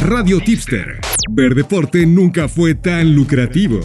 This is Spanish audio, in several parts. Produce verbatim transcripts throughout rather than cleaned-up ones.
Radio Tipster. Ver deporte nunca fue tan lucrativo.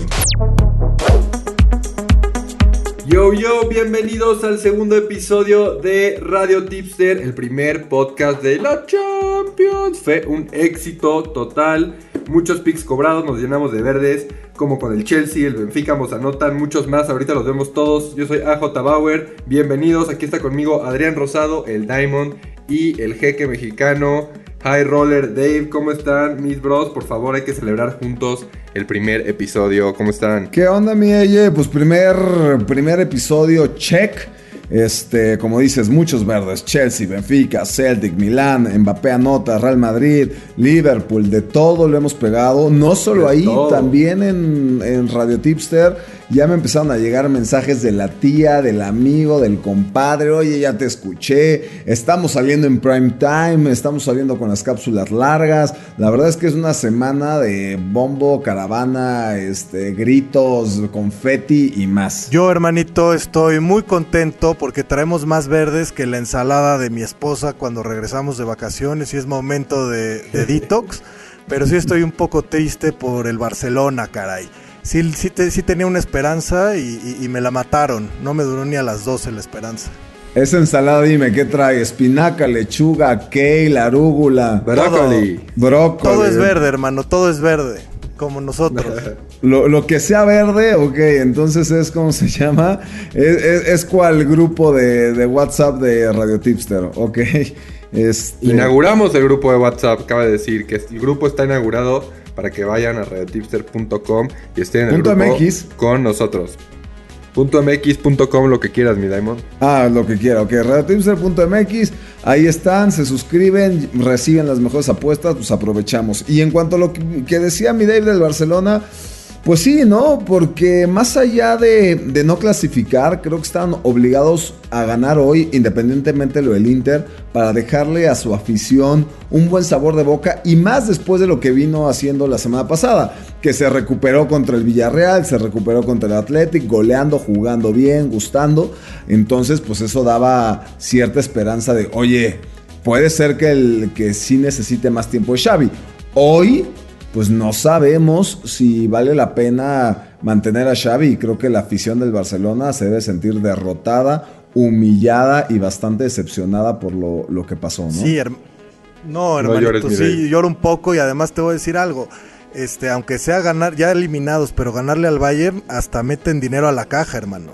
Yo, yo, bienvenidos al segundo episodio de Radio Tipster, el primer podcast de la Champions. Fue un éxito total, muchos picks cobrados, nos llenamos de verdes, como con el Chelsea, el Benfica, nos anotan, muchos más, ahorita los vemos todos. Yo soy A J Bauer, bienvenidos, aquí está conmigo Adrián Rosado, el Diamond y el jeque mexicano, High Roller Dave. ¿Cómo están mis bros? Por favor, hay que celebrar juntos el primer episodio. ¿Cómo están? ¿Qué onda, mi Eye? Pues primer, primer episodio, check. Este, como dices, muchos verdes. Chelsea, Benfica, Celtic, Milán, Mbappé anota, Real Madrid, Liverpool, de todo lo hemos pegado. No solo De ahí, todo. también en, en Radio Tipster. Ya me empezaron a llegar mensajes de la tía, del amigo, del compadre. Oye, ya te escuché. Estamos saliendo en prime time. Estamos saliendo con las cápsulas largas. La verdad es que es una semana de bombo, caravana, este, gritos, confeti y más. Yo, hermanito, estoy muy contento porque traemos más verdes que la ensalada de mi esposa cuando regresamos de vacaciones y es momento de, de detox. Pero sí estoy un poco triste por el Barcelona, caray. Sí, sí, te, sí tenía una esperanza y, y, y me la mataron. No me duró ni a las doce la esperanza. Esa ensalada, dime, ¿qué trae? Espinaca, lechuga, kale, arúgula, Brócoli. brócoli. Todo es verde, hermano, todo es verde, como nosotros. Lo, lo que sea verde, ok, entonces es, ¿cómo se llama? Es, es, es cual grupo de, de WhatsApp de Radio Tipster, ok. Este... Inauguramos el grupo de WhatsApp, cabe decir que el grupo está inaugurado para que vayan a radio tipster punto com y estén en el Punto grupo M X. con nosotros. Punto .mx, punto .com, lo que quieras, mi Diamond. Ah, lo que quiera, ok, radio tipster punto m x, ahí están, se suscriben, reciben las mejores apuestas, pues aprovechamos. Y en cuanto a lo que, que decía mi Dave del Barcelona, pues sí, ¿no? Porque más allá de, de no clasificar, creo que están obligados a ganar hoy, independientemente de lo del Inter, para dejarle a su afición un buen sabor de boca, y más después de lo que vino haciendo la semana pasada, que se recuperó contra el Villarreal, se recuperó contra el Athletic, goleando, jugando bien, gustando. Entonces, pues eso daba cierta esperanza de, oye, puede ser que, el, que sí necesite más tiempo de Xavi. Hoy, pues no sabemos si vale la pena mantener a Xavi, y creo que la afición del Barcelona se debe sentir derrotada, humillada y bastante decepcionada por lo, lo que pasó, ¿no? Sí, her- no, hermanito, llores, mi sí, rey. lloro un poco y además te voy a decir algo. Este, aunque sea ganar, ya eliminados, pero ganarle al Bayern, hasta meten dinero a la caja, hermano.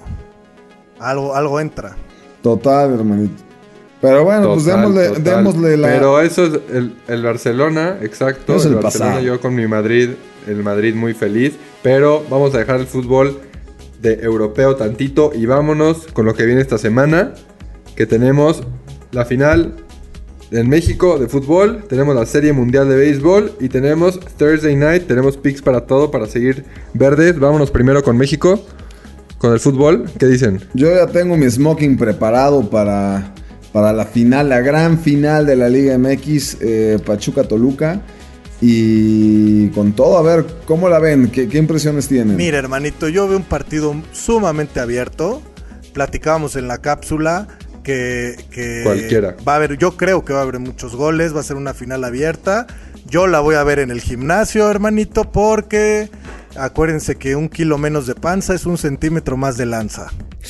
Algo, algo entra. Total, hermanito. Pero bueno, Total, pues démosle, total. démosle la... Pero eso es el, el Barcelona, exacto. Es el el Barcelona, pasado. yo con mi Madrid, el Madrid muy feliz. Pero vamos a dejar el fútbol de europeo tantito y vámonos con lo que viene esta semana. Que tenemos la final en México de fútbol, tenemos la Serie Mundial de Béisbol y tenemos Thursday Night, tenemos picks para todo, para seguir verdes. Vámonos primero con México, con el fútbol. ¿Qué dicen? Yo ya tengo mi smoking preparado para, para la final, la gran final de la Liga M X, eh, Pachuca-Toluca. Y con todo, a ver, ¿cómo la ven? ¿Qué, qué impresiones tienen? Mira, hermanito, yo veo un partido sumamente abierto. Platicábamos en la cápsula que, que Cualquiera. va a haber, yo creo que va a haber muchos goles, va a ser una final abierta. Yo la voy a ver en el gimnasio, hermanito, porque acuérdense que un kilo menos de panza es un centímetro más de lanza.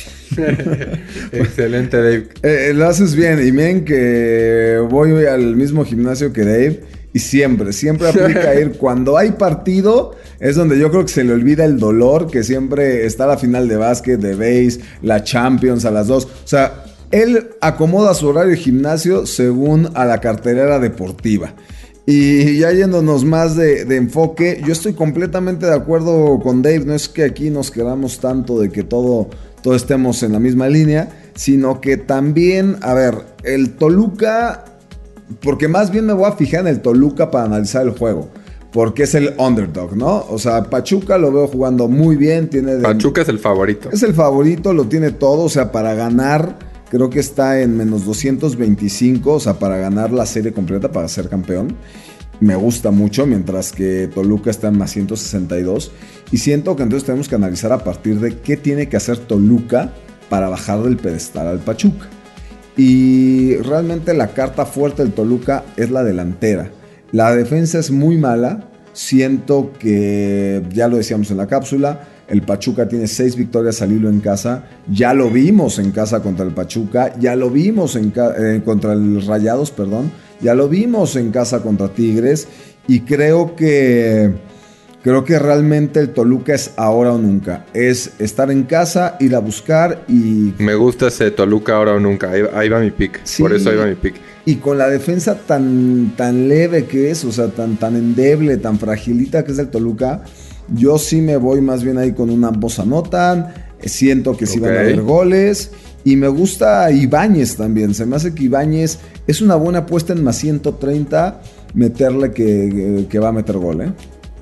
Excelente, Dave. Eh, lo haces bien, y miren que voy al mismo gimnasio que Dave. Y siempre, siempre aplica ir cuando hay partido, es donde yo creo que se le olvida el dolor, que siempre está la final de básquet, de base, la Champions a las dos. O sea, él acomoda su horario de gimnasio según a la cartelera deportiva. Y ya yéndonos más de, de enfoque, yo estoy completamente de acuerdo con Dave. No es que aquí nos quedamos tanto de que todo, todo estemos en la misma línea, sino que también, a ver, el Toluca... Porque más bien me voy a fijar en el Toluca para analizar el juego, porque es el underdog, ¿no? O sea, Pachuca lo veo jugando muy bien. Tiene de... Pachuca es el favorito. Es el favorito, lo tiene todo. O sea, para ganar, creo que está en menos doscientos veinticinco. O sea, para ganar la serie completa, para ser campeón. Me gusta mucho, mientras que Toluca está en más ciento sesenta y dos. Y siento que entonces tenemos que analizar a partir de qué tiene que hacer Toluca para bajar del pedestal al Pachuca. Y realmente la carta fuerte del Toluca es la delantera. La defensa es muy mala. Siento que, ya lo decíamos en la cápsula, el Pachuca tiene seis victorias al hilo en casa. Ya lo vimos en casa contra el Pachuca. Ya lo vimos en ca- eh, contra el Rayados, perdón. Ya lo vimos en casa contra Tigres. Y creo que, creo que realmente el Toluca es ahora o nunca. Es estar en casa, ir a buscar y... Me gusta ese Toluca ahora o nunca. Ahí, ahí va mi pick. Sí. Por eso ahí va mi pick. Y con la defensa tan, tan leve que es, o sea, tan, tan endeble, tan fragilita que es el Toluca, yo sí me voy más bien ahí con un ambos anotan. Siento que sí Ok. van a haber goles. Y me gusta Ibáñez también. Se me hace que Ibáñez es una buena apuesta en más ciento treinta. Meterle que, que va a meter gol, ¿eh?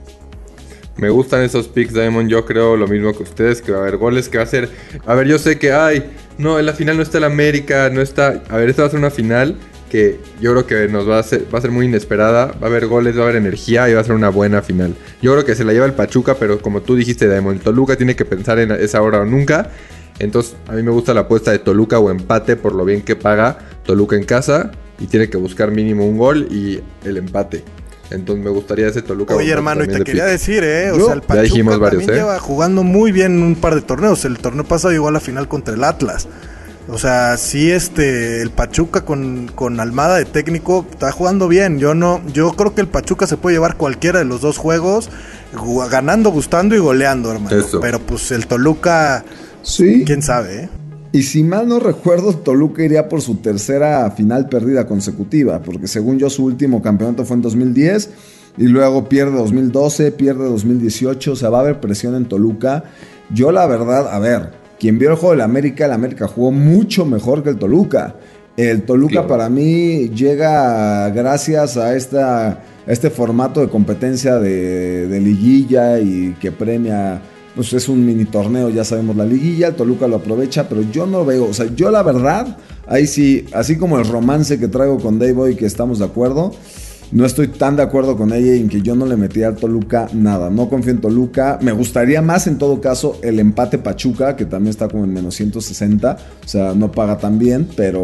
Me gustan esos picks, Diamond. Yo creo lo mismo que ustedes, que va a haber goles, que va a ser... A ver, yo sé que, ay, no, en la final no está el América, no está... A ver, esta va a ser una final que yo creo que nos va a ser, va a ser muy inesperada. Va a haber goles, va a haber energía y va a ser una buena final. Yo creo que se la lleva el Pachuca, pero como tú dijiste, Diamond, Toluca tiene que pensar en esa hora o nunca. Entonces, a mí me gusta la apuesta de Toluca o empate por lo bien que paga Toluca en casa. Y tiene que buscar mínimo un gol y el empate. Entonces me gustaría ese Toluca. Oye, hermano, y te de quería pick. decir, ¿eh? O Yo- sea, el Ya Pachuca dijimos varios, también ¿eh? lleva jugando muy bien un par de torneos. El torneo pasado llegó a la final contra el Atlas. O sea, sí, este, el Pachuca con, con Almada de técnico está jugando bien. Yo no, yo creo que el Pachuca se puede llevar cualquiera de los dos juegos, gu- ganando, gustando y goleando, hermano. Eso. Pero pues el Toluca, Sí. quién sabe, ¿eh? Y si mal no recuerdo, Toluca iría por su tercera final perdida consecutiva, porque según yo su último campeonato fue en dos mil diez y luego pierde dos mil doce, pierde dos mil dieciocho, o sea, va a haber presión en Toluca. Yo la verdad, a ver, quien vio el juego del América, el América jugó mucho mejor que el Toluca. El Toluca Claro. para mí llega gracias a, esta, a este formato de competencia de, de liguilla y que premia... Pues es un mini torneo, ya sabemos la liguilla, el Toluca lo aprovecha, pero yo no veo, o sea, yo la verdad, ahí sí, así como el romance que traigo con Dave Boy, que estamos de acuerdo, no estoy tan de acuerdo con ella en que yo no le metí al Toluca nada, no confío en Toluca, me gustaría más en todo caso el empate Pachuca, que también está como en menos ciento sesenta, o sea, no paga tan bien, pero,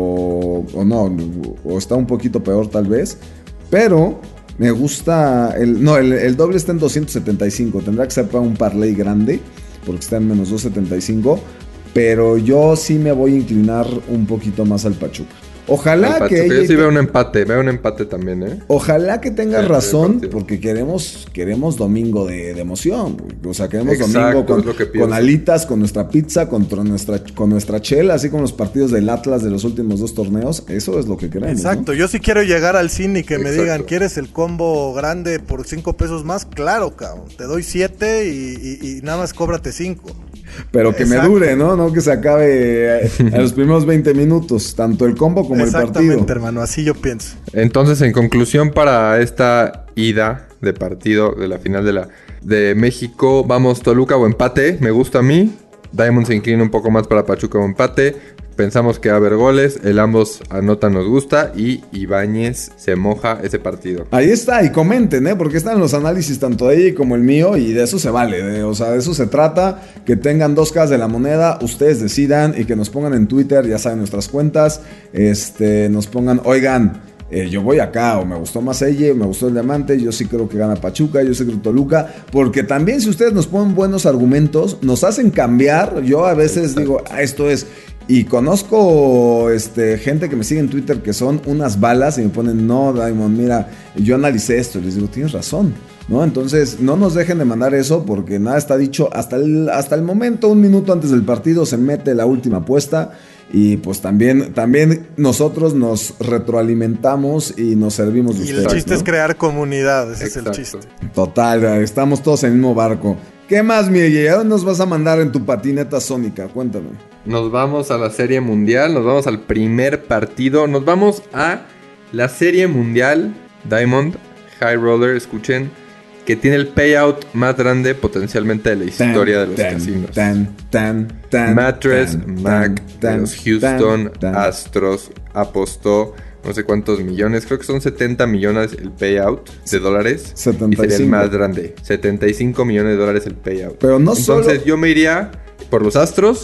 o no, o está un poquito peor tal vez, pero... Me gusta, el, no, el, el doble está en doscientos setenta y cinco, tendrá que ser para un parlay grande, porque está en menos doscientos setenta y cinco, pero yo sí me voy a inclinar un poquito más al Pachuca. Ojalá Al que... Pachuca. Yo ella- sí veo un empate, veo un empate también, ¿eh? Ojalá que tengas Sí, razón, partido. porque queremos, queremos domingo de, de emoción. Güey. O sea, queremos Exacto, domingo con, es lo que pienso. con alitas, con nuestra pizza, con, tro- nuestra, con nuestra chela, así como los partidos del Atlas de los últimos dos torneos. Eso es lo que queremos. Exacto, ¿no? yo sí quiero llegar al cine y que me Exacto. digan, ¿quieres el combo grande por cinco pesos más? Claro, cabrón, te doy siete y, y- y nada más cóbrate cinco. Pero que Exacto. me dure, ¿no? No que se acabe eh, a los primeros veinte minutos, tanto el combo como el partido. Exactamente, hermano, así yo pienso. Entonces, en conclusión, para esta ida de partido de la final de la de México, vamos Toluca o empate, me gusta a mí. Diamond se inclina un poco más para Pachuca o empate. Pensamos que va a haber goles, el ambos anotan nos gusta y Ibáñez se moja ese partido. Ahí está, y comenten, ¿eh? Porque están los análisis tanto de ella como el mío, y de eso se vale, de- o sea, de eso se trata, que tengan dos caras de la moneda, ustedes decidan, y que nos pongan en Twitter, ya saben nuestras cuentas, este, nos pongan, oigan, eh, yo voy acá, o me gustó más ella, me gustó el diamante, yo sí creo que gana Pachuca, yo sí creo Toluca, porque también si ustedes nos ponen buenos argumentos, nos hacen cambiar, yo a veces digo, ah, esto es... Y conozco este, gente que me sigue en Twitter que son unas balas y me ponen, no, Diamond, mira, yo analicé esto. Y les digo, tienes razón, ¿no? Entonces, no nos dejen de mandar eso porque nada está dicho. Hasta el, hasta el momento, un minuto antes del partido, se mete la última apuesta. Y pues también, también nosotros nos retroalimentamos y nos servimos de Y el ustedes, chiste ¿no? es crear comunidad, ese Exacto. es el chiste. Total, estamos todos en el mismo barco. ¿Qué más, Miguel? ¿A dónde nos vas a mandar en tu patineta sónica? Cuéntame. Nos vamos a la Serie Mundial, nos vamos al primer partido, nos vamos a la Serie Mundial Diamond High Roller, escuchen, que tiene el payout más grande potencialmente de la historia de los Tan, casinos. tan, tan, tan, Mattress tan, Mac tan, de los Houston tan, tan. Astros apostó no sé cuántos millones, creo que son setenta millones el payout de dólares. setenta y cinco. Y sería el más grande, setenta y cinco millones de dólares el payout. Pero no Entonces solo- yo me iría por los Astros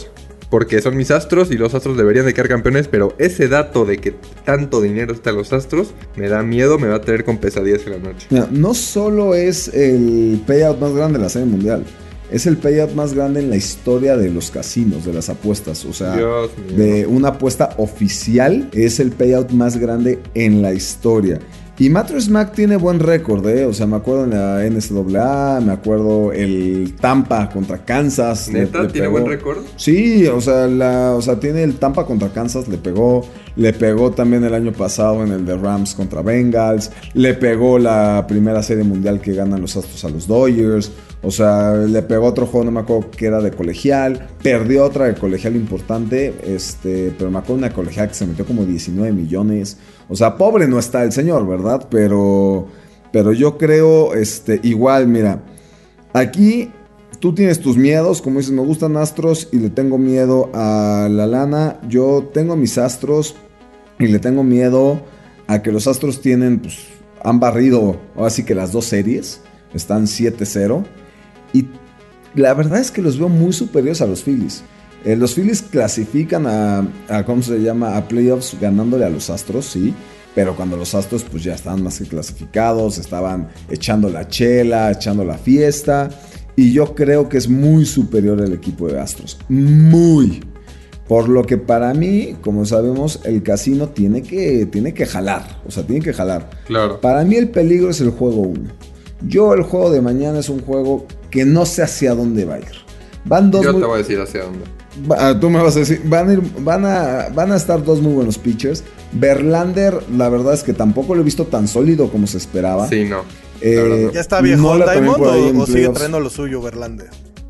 porque son mis Astros y los Astros deberían de quedar campeones, pero ese dato de que tanto dinero está en los Astros me da miedo, me va a traer con pesadillas en la noche. Mira, no solo es el payout más grande de la Serie Mundial, es el payout más grande en la historia de los casinos, de las apuestas. O sea, Dios mío. De una apuesta oficial es el payout más grande en la historia. Y Mattress Mac tiene buen récord, ¿eh? O sea, me acuerdo en la N C A A, me acuerdo el Tampa contra Kansas. ¿Neta? Le, le ¿Tiene pegó. buen récord? Sí, o sea, la, o sea, tiene el Tampa contra Kansas, le pegó. Le pegó también el año pasado en el de Rams contra Bengals. Le pegó la primera serie mundial que ganan los Astros a los Dodgers. O sea, le pegó otro juego, no me acuerdo que era de colegial. Perdió otra de colegial importante. Este, pero me acuerdo una de colegial que se metió como diecinueve millones. O sea, pobre no está el señor, ¿verdad? Pero, pero yo creo, este, igual, mira, aquí tú tienes tus miedos, como dices, me gustan Astros y le tengo miedo a la lana. Yo tengo mis Astros y le tengo miedo a que los Astros tienen, pues, han barrido, ahora sí que las dos series, están siete cero. Y la verdad es que los veo muy superiores a los Phillies. Eh, los Phillies clasifican a, a, ¿cómo se llama? A playoffs ganándole a los Astros, sí. Pero cuando los Astros pues ya estaban más que clasificados, estaban echando la chela, echando la fiesta. Y yo creo que es muy superior el equipo de Astros. Muy. Por lo que para mí, como sabemos, el casino tiene que, tiene que jalar. O sea, tiene que jalar. Claro. Para mí el peligro es el juego uno. Yo el juego de mañana es un juego que no sé hacia dónde va a ir. Van dos Yo muy... te voy a decir hacia dónde. Va, tú me vas a decir, van a, ir, van, a, van a estar dos muy buenos pitchers. Verlander, la verdad es que tampoco lo he visto tan sólido como se esperaba. Sí, no. Eh, no. ¿Ya está viejo Nola también Diamond por ahí en o, o sigue playoffs. trayendo lo suyo Verlander?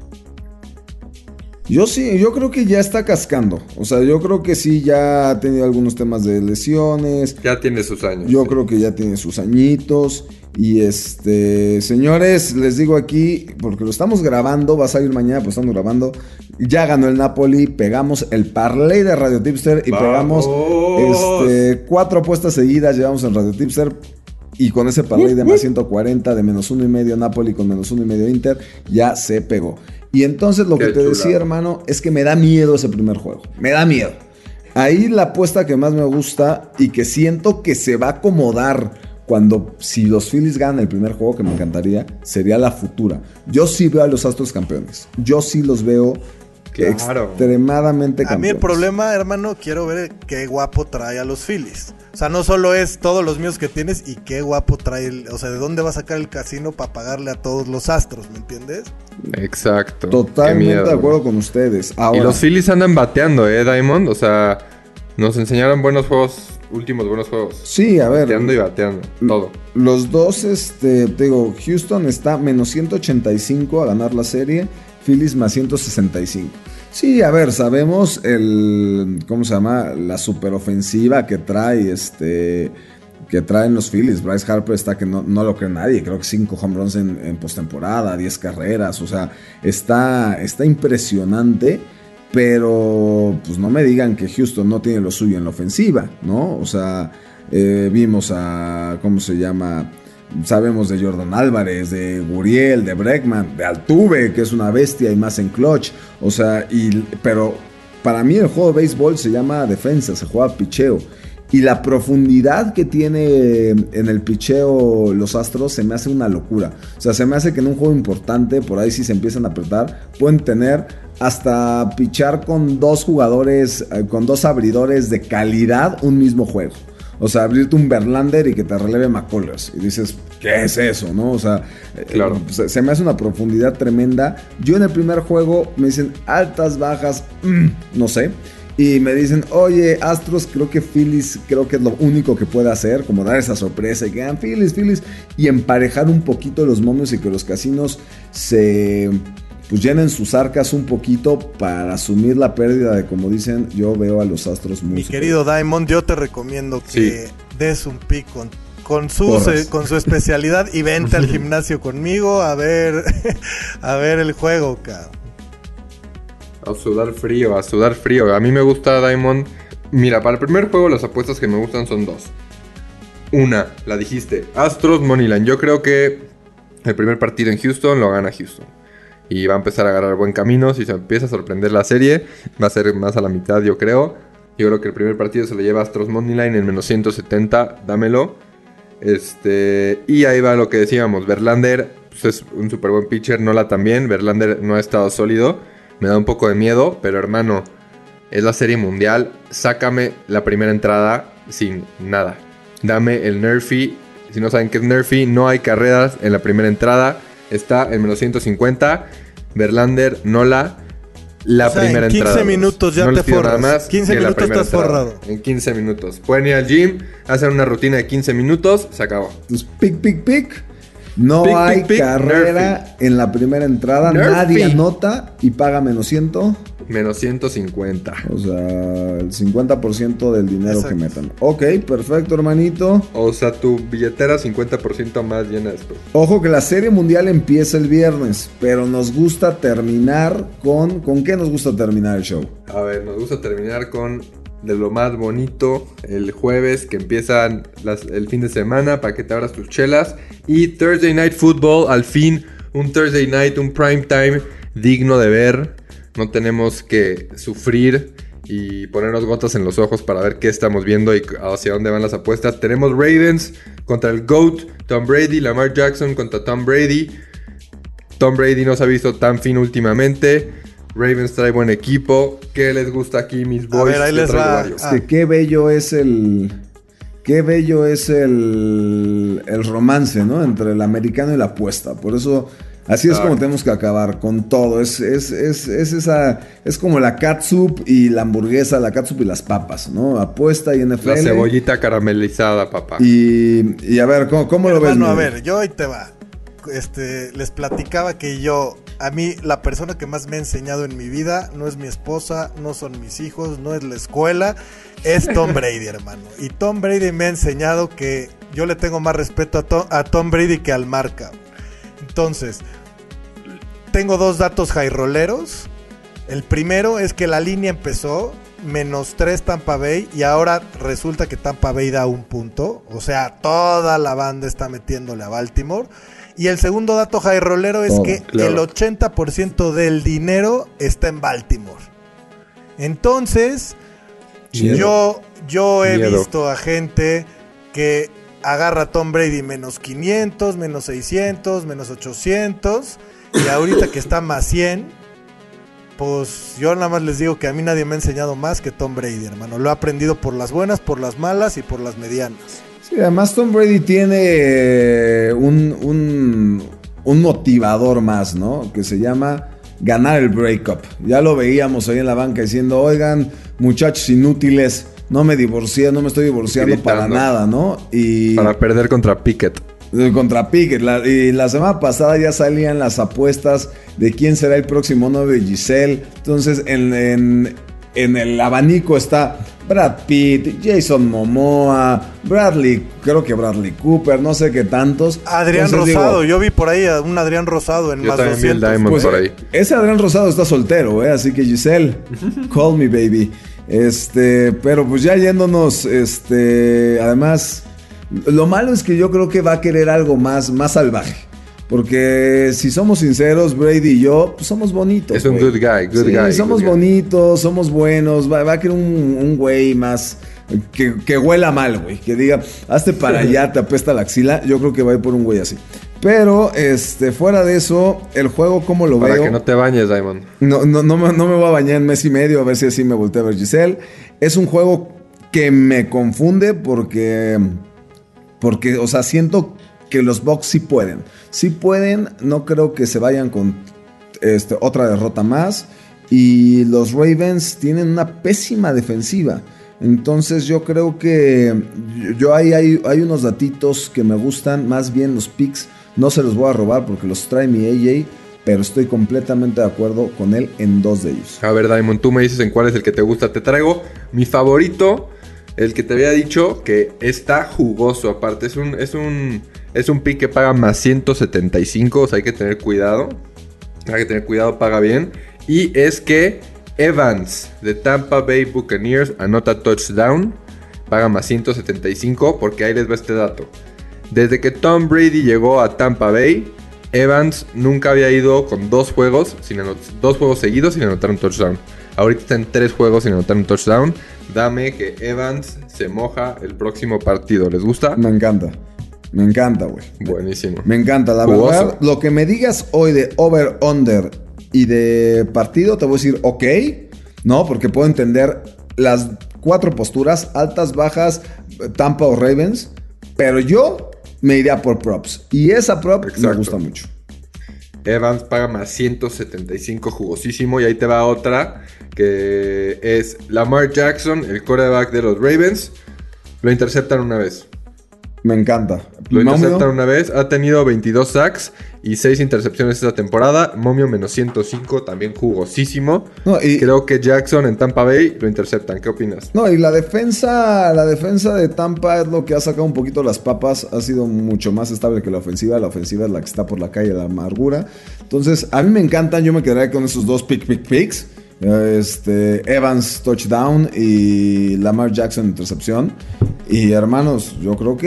Yo sí, yo creo que ya está cascando. O sea, yo creo que sí, ya ha tenido algunos temas de lesiones. Ya tiene sus años. Yo sí. creo que ya tiene sus añitos. Y este, señores, les digo aquí, porque lo estamos grabando, va a salir mañana, pues estamos grabando. Ya ganó el Napoli, pegamos el parlay de Radio Tipster y ¡Vamos! pegamos este, cuatro apuestas seguidas, llevamos en Radio Tipster. Y con ese parlay de más ciento cuarenta, de menos uno y medio Napoli con menos uno y medio Inter, ya se pegó. Y entonces lo Qué que te chulada. decía, hermano, es que me da miedo ese primer juego. Me da miedo. Ahí la apuesta que más me gusta y que siento que se va a acomodar cuando, si los Phillies ganan el primer juego, que me encantaría, sería la futura. Yo sí veo a los Astros campeones. Yo sí los veo Claro. extremadamente A campeones. mí el problema, hermano, quiero ver qué guapo trae a los Phillies. O sea, no solo es todos los míos que tienes y qué guapo trae, el, o sea, de dónde va a sacar el casino para pagarle a todos los Astros, ¿me entiendes? Exacto. Qué Totalmente miedo, de acuerdo güey. con ustedes. Ahora, Y los Phillies andan bateando, ¿eh, Diamond? O sea, nos enseñaron buenos juegos, últimos buenos juegos. sí, a ver. Bateando y bateando, todo. Los dos, este, te digo, Houston está menos ciento ochenta y cinco a ganar la serie, Phillies más ciento sesenta y cinco. Sí, a ver, sabemos el, ¿cómo se llama? La superofensiva que trae, este, que traen los Phillies. Bryce Harper está que no, no lo cree nadie, creo que cinco home runs en, en postemporada, diez carreras, o sea, está, está impresionante. Pero pues no me digan que Houston no tiene lo suyo en la ofensiva, ¿no? O sea, eh, vimos a, ¿cómo se llama? Sabemos de Jordan Álvarez, de Guriel, de Bregman, de Altuve, que es una bestia y más en clutch. O sea, y, pero para mí el juego de béisbol se llama defensa, se juega picheo. Y la profundidad que tiene en el picheo los Astros se me hace una locura. O sea, se me hace que en un juego importante, por ahí si se empiezan a apretar, pueden tener hasta pichar con dos jugadores, eh, con dos abridores de calidad un mismo juego. O sea, abrirte un Verlander y que te releve McCullers. Y dices, ¿qué es eso? ¿No? O sea, Claro. eh, se, se me hace una profundidad tremenda. Yo en el primer juego me dicen altas, bajas, mm, no sé. Y me dicen, oye, Astros, creo que Phillies, creo que es lo único que puede hacer, como dar esa sorpresa y que hagan Phillies, Phillies, y emparejar un poquito los momios y que los casinos se, pues, llenen sus arcas un poquito para asumir la pérdida de, como dicen, yo veo a los Astros muy Mi superiores. querido Diamond, yo te recomiendo que Sí. des un pick con, con, su, Porras. se- con su especialidad y vente al gimnasio conmigo a ver, a ver el juego, cabrón. A sudar frío, a sudar frío. A mí me gusta Diamond. Mira, para el primer juego las apuestas que me gustan son dos. Una, la dijiste, Astros Moneyline. Yo creo que el primer partido en Houston lo gana Houston. y va a empezar a agarrar buen camino. Si se empieza a sorprender la serie, va a ser más a la mitad, yo creo. Yo creo que el primer partido se lo lleva Astros Moneyline en menos ciento setenta, dámelo. Este, y ahí va lo que decíamos, Verlander pues es un súper buen pitcher, Nola también. Verlander no ha estado sólido, me da un poco de miedo, pero hermano, es la serie mundial, sácame la primera entrada sin nada. Dame el Nerfy, si no saben qué es Nerfy, no hay carreras en la primera entrada, está en menos ciento cincuenta, Verlander, Nola, la o sea, primera en quince entrada. minutos ya no te les pido forras. nada más quince que la minutos primera estás entrada. forrado. En quince minutos. Pueden ir al gym, hacen una rutina de quince minutos, se acabó. Pues pick, pick, pick. No Pick, hay pick, pick, carrera Nerfy. en la primera entrada. Nerfy. Nadie anota y paga menos ciento. Menos ciento cincuenta. O sea, el cincuenta por ciento del dinero Exacto. que metan. Ok, perfecto, hermanito. O sea, tu billetera cincuenta por ciento más llena después. Ojo que la Serie Mundial empieza el viernes, pero nos gusta terminar con... ¿Con qué nos gusta terminar el show? A ver, nos gusta terminar con de lo más bonito el jueves, que empiezan las, el fin de semana para que te abras tus chelas. Y Thursday Night Football, al fin, un Thursday Night, un prime time digno de ver. No tenemos que sufrir y ponernos gotas en los ojos para ver qué estamos viendo y hacia dónde van las apuestas. Tenemos Ravens contra el GOAT, Tom Brady, Lamar Jackson contra Tom Brady. Tom Brady no se ha visto tan fino últimamente. Ravens trae buen equipo. ¿Qué les gusta aquí, mis boys? ver, ahí Yo les traigo va. varios. Ah. Que qué bello es el... Qué bello es el, el romance, ¿no? Entre el americano y la apuesta. Por eso, así es Claro. como tenemos que acabar con todo. Es, es, es, es esa, es como la catsup y la hamburguesa, la catsup y las papas, ¿no? Apuesta y N F L. La cebollita caramelizada, papá. Y, y a ver, ¿cómo, cómo lo ves? Hermano, a Miguel? ver, yo hoy te va. Este, les platicaba que yo, a mí, la persona que más me ha enseñado en mi vida no es mi esposa, no son mis hijos, no es la escuela, es Tom Brady, hermano. Y Tom Brady me ha enseñado que yo le tengo más respeto a Tom, a Tom Brady que al marca. Entonces, tengo dos datos jairroleros. El primero es que la línea empezó menos tres Tampa Bay y ahora resulta que Tampa Bay da un punto. O sea, toda la banda está metiéndole a Baltimore. Y el segundo dato jairrolero es Todo, que claro. el ochenta por ciento del dinero está en Baltimore. Entonces, Miedo. yo, yo he Miedo. visto a gente que agarra a Tom Brady menos quinientos, menos seiscientos, menos ochocientos. Y ahorita que está más cien, pues yo nada más les digo que a mí nadie me ha enseñado más que Tom Brady, hermano. Lo he aprendido por las buenas, por las malas y por las medianas. Sí, además Tom Brady tiene eh, un, un, un motivador más, ¿no? Que se llama ganar el breakup. Ya lo veíamos ahí en la banca diciendo, oigan, muchachos inútiles, no me divorcié, no me estoy divorciando para Gritando. nada, ¿no? Y Para perder contra Pickett. eh, contra Pickett. La, y la semana pasada ya salían las apuestas de quién será el próximo novio de Giselle. Entonces, en, en, en el abanico está Brad Pitt, Jason Momoa, Bradley, creo que Bradley Cooper, no sé qué tantos. Adrián Entonces, Rosado, digo, yo vi por ahí a un Adrián Rosado en Yo más también vi el doscientos. Diamond pues, por ahí. ese Adrián Rosado está soltero, ¿eh? Así que Giselle, call me baby. Este, pero pues ya yéndonos, este, además, lo malo es que yo creo que va a querer algo más, más salvaje. Porque si somos sinceros, Brady y yo, pues somos bonitos. Es un güey. good guy, good Sí, guy, somos good guy. bonitos, somos buenos. Va, va a querer un, un güey más que, que huela mal, güey. Que diga, hazte para allá, te apesta la axila. Yo creo que va a ir por un güey así. Pero, este, fuera de eso, el juego, ¿cómo lo Para veo? que no te bañes, Diamond. No, no, no, me, no me voy a bañar en mes y medio a ver si así me volteo a ver Giselle. Es un juego que me confunde porque, porque, o sea, siento que los Bucks sí pueden. Sí pueden, no creo que se vayan con este, otra derrota más. Y los Ravens tienen una pésima defensiva. Entonces yo creo que yo ahí hay, hay unos datitos que me gustan, más bien los picks. No se los voy a robar porque los trae mi A J, pero estoy completamente de acuerdo con él en dos de ellos. A ver, Diamond, tú me dices en cuál es el que te gusta. Te traigo mi favorito, el que te había dicho que está jugoso. Aparte, es un, es un, es un pick que paga más ciento setenta y cinco, o sea, hay que tener cuidado. Hay que tener cuidado, paga bien. Y es que Evans de Tampa Bay Buccaneers anota touchdown, paga más ciento setenta y cinco, porque ahí les va este dato. Desde que Tom Brady llegó a Tampa Bay, Evans nunca había ido con dos juegos, sin anot- dos juegos seguidos sin anotar un touchdown. Ahorita está en tres juegos sin anotar un touchdown. Dame que Evans se moja el próximo partido. ¿Les gusta? Me encanta. Me encanta, güey. Buenísimo. Me encanta, la Jugoso. verdad. Lo que me digas hoy de over-under y de partido, te voy a decir ok, ¿no? Porque puedo entender las cuatro posturas, altas, bajas, Tampa o Ravens, pero yo me iría por props. Y esa prop Exacto. me gusta mucho. Evans paga más ciento setenta y cinco, jugosísimo. Y ahí te va otra, que es Lamar Jackson, el quarterback de los Ravens. Lo interceptan una vez. Me encanta. Lo Momio, interceptan una vez. Ha tenido veintidós sacks y seis intercepciones esta temporada. Momio menos ciento cinco, también jugosísimo. No, y- Creo que Jackson en Tampa Bay lo interceptan. ¿Qué opinas? No, y la defensa, la defensa de Tampa es lo que ha sacado un poquito las papas. Ha sido mucho más estable que la ofensiva. La ofensiva es la que está por la calle de la amargura. Entonces, a mí me encantan. Yo me quedaría con esos dos pick, pick, picks. Este, Evans touchdown y Lamar Jackson intercepción. Y hermanos, yo creo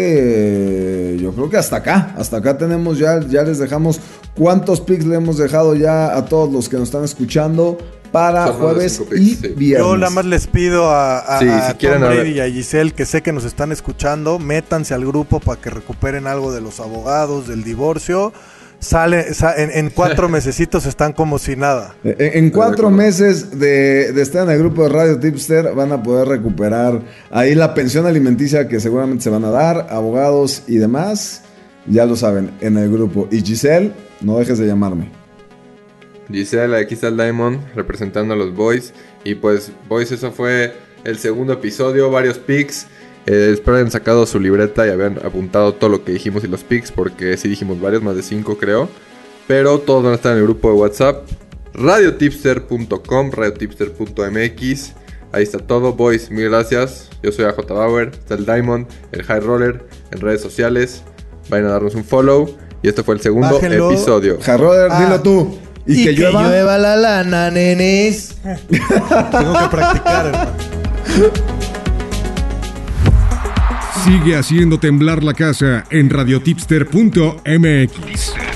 que yo creo que hasta acá, hasta acá tenemos ya, ya les dejamos cuántos picks le hemos dejado ya a todos los que nos están escuchando para Son más de jueves cinco picks, y sí. viernes. Yo nada más les pido a, a, Sí, a si quieren, Tom a Brady ver. y a Giselle, que sé que nos están escuchando, métanse al grupo para que recuperen algo de los abogados, del divorcio. Sale, sa- en, en cuatro mesecitos están como si nada. En, en cuatro meses de, de estar en el grupo de Radio Tipster van a poder recuperar ahí la pensión alimenticia que seguramente se van a dar, abogados y demás. Ya lo saben, en el grupo. Y Giselle, no dejes de llamarme. Giselle, aquí está el Diamond representando a los Boys. Y pues, Boys, eso fue el segundo episodio, varios picks. Eh, espero hayan sacado su libreta y hayan apuntado todo lo que dijimos y los picks, porque sí dijimos varios, más de cinco creo. Pero todos van a estar en el grupo de WhatsApp, radio tipster punto com, radio tipster punto m x. Ahí está todo, Boys, mil gracias. Yo soy A J Bauer, está el Diamond, el High Roller, en redes sociales. Vayan a darnos un follow. Y este fue el segundo Bájenlo. episodio. Jarroder, Ah, dilo tú. Y, que, llueva. la lana, nenes. Tengo que practicar, hermano. Sigue haciendo temblar la casa en radio tipster punto m x.